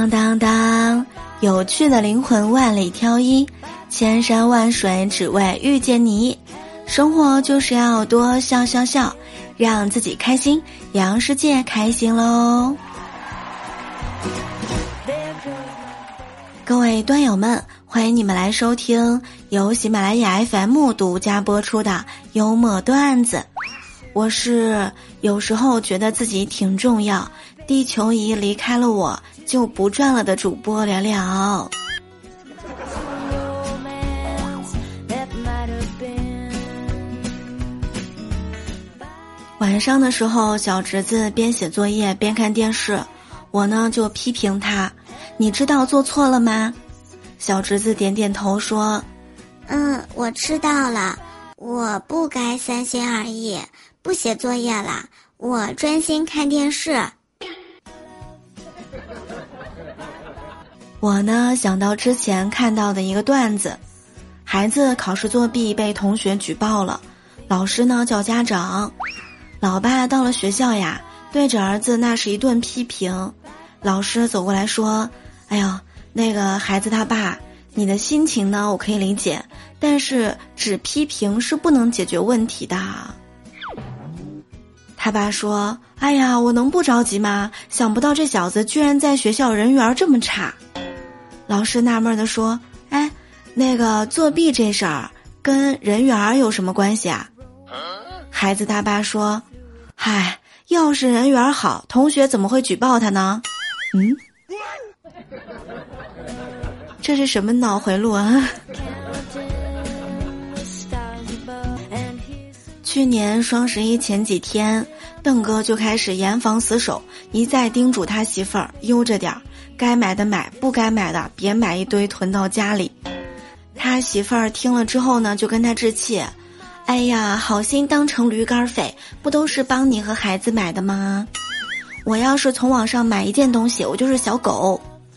当当当，有趣的灵魂万里挑一，千山万水只为遇见你。生活就是要多笑笑笑，让自己开心，也让世界开心喽。各位端友们，欢迎你们来收听由喜马拉雅 FM 独家播出的幽默段子。我是有时候觉得自己挺重要，地球仪离开了我就不转了的主播聊聊。晚上的时候，小侄子边写作业边看电视，我呢就批评他，你知道做错了吗？小侄子点点头说， 我知道了，我不该三心二意，不写作业了，我专心看电视。 我呢想到之前看到的一个段子，孩子考试作弊被同学举报了，老师呢叫家长，老爸到了学校呀，对着儿子那是一顿批评。老师走过来说，哎呦，那个孩子他爸，你的心情呢我可以理解，但是只批评是不能解决问题的。他爸说，哎呀，我能不着急吗？想不到这小子居然在学校人缘这么差。老师纳闷地说，哎，那个作弊这事儿跟人缘有什么关系啊？孩子他爸说，嗨，要是人缘好，同学怎么会举报他呢？这是什么脑回路啊？去年双11前几天，邓哥就开始严防死守，一再叮嘱他媳妇儿悠着点儿，该买的买，不该买的别买一堆囤到家里。他媳妇儿听了之后呢，就跟他置气，哎呀，好心当成驴肝肺，不都是帮你和孩子买的吗？我要是从网上买一件东西，我就是小狗。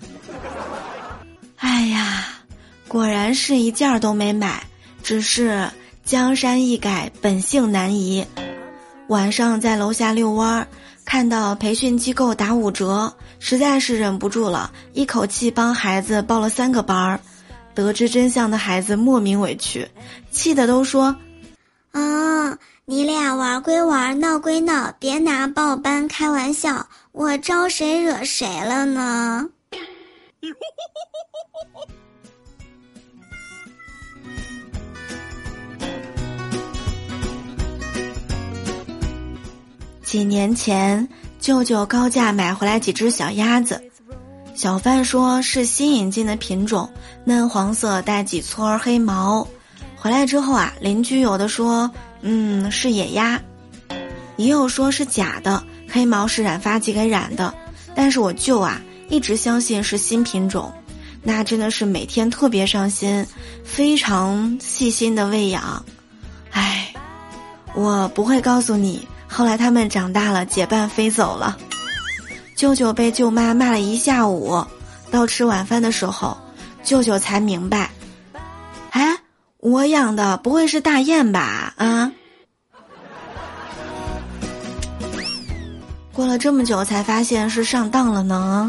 哎呀，果然是一件都没买，只是江山易改，本性难移。晚上在楼下遛弯，看到培训机构打5折，实在是忍不住了，一口气帮孩子报了3个班。得知真相的孩子莫名委屈，气得都说， 你俩玩归玩，闹归闹，别拿报班开玩笑，我招谁惹谁了呢？ 几年前，舅舅高价买回来几只小鸭子，小贩说是新引进的品种，嫩黄色带几撮黑毛。回来之后啊，邻居有的说是野鸭，也有说是假的，黑毛是染发剂给染的。但是我舅啊一直相信是新品种，那真的是每天特别上心，非常细心的喂养。唉，我不会告诉你，后来他们长大了，结伴飞走了。舅舅被舅妈骂了一下午，到吃晚饭的时候，舅舅才明白，哎，我养的不会是大雁吧？过了这么久才发现是上当了呢。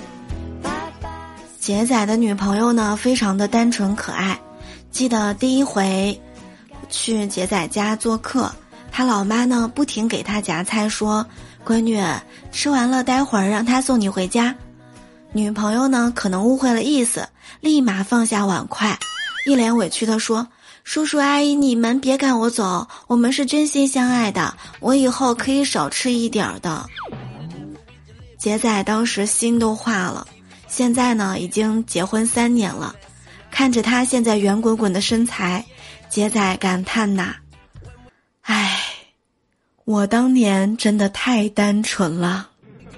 杰仔的女朋友呢，非常的单纯可爱。记得第一回去杰仔家做客，他老妈呢不停给他夹菜，说，闺女，吃完了待会儿让他送你回家。女朋友呢可能误会了意思，立马放下碗筷，一脸委屈地说，叔叔阿姨，你们别赶我走，我们是真心相爱的，我以后可以少吃一点的。杰仔当时心都化了，现在呢已经结婚3年了，看着他现在圆滚滚的身材，杰仔感叹呐，唉，我当年真的太单纯了。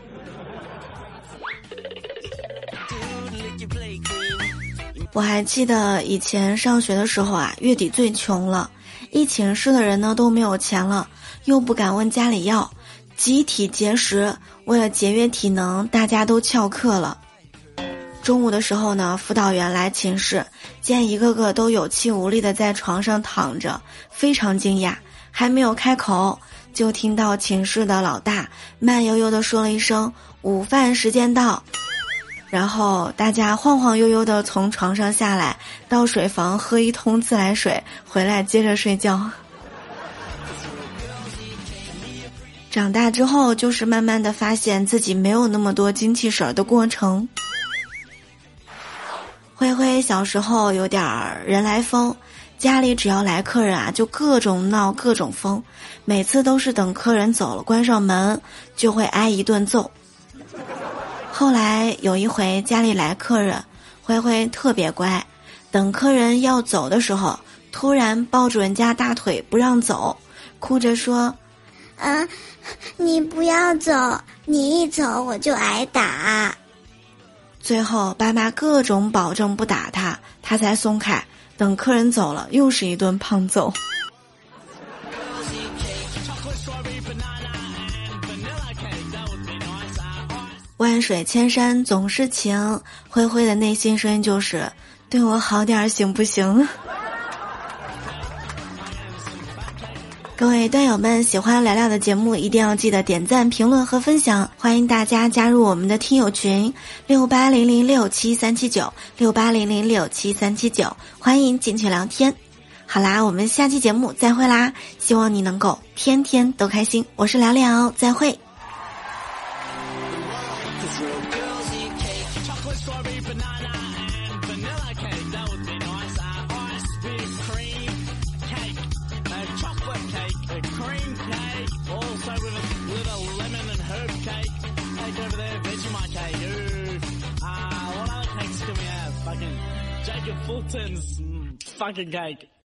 我还记得以前上学的时候啊，月底最穷了，一寝室的人呢都没有钱了，又不敢问家里要，集体节食，为了节约体能，大家都翘课了。中午的时候呢，辅导员来寝室，见一个个都有气无力的在床上躺着，非常惊讶，还没有开口，就听到寝室的老大慢悠悠地说了一声，午饭时间到。 然后大家晃晃悠悠地从床上下来，到水房喝一通自来水，回来接着睡觉。长大之后就是慢慢的发现自己没有那么多精气神的过程。灰灰小时候有点人来疯，家里只要来客人啊，就各种闹各种疯，每次都是等客人走了关上门就会挨一顿揍。后来有一回家里来客人，灰灰特别乖，等客人要走的时候，突然抱住人家大腿不让走，哭着说： 你不要走，你一走我就挨打。 最后爸妈各种保证不打他，他才松开，等客人走了又是一顿胖揍。万水千山总是情，灰灰的内心声音就是对我好点行不行？各位段友们，喜欢聊聊的节目一定要记得点赞、评论和分享，欢迎大家加入我们的听友群6800673968006739，欢迎进去聊天。好啦，我们下期节目再会啦，希望你能够天天都开心，我是聊聊，再会。 Jacob Fulton's fucking cake.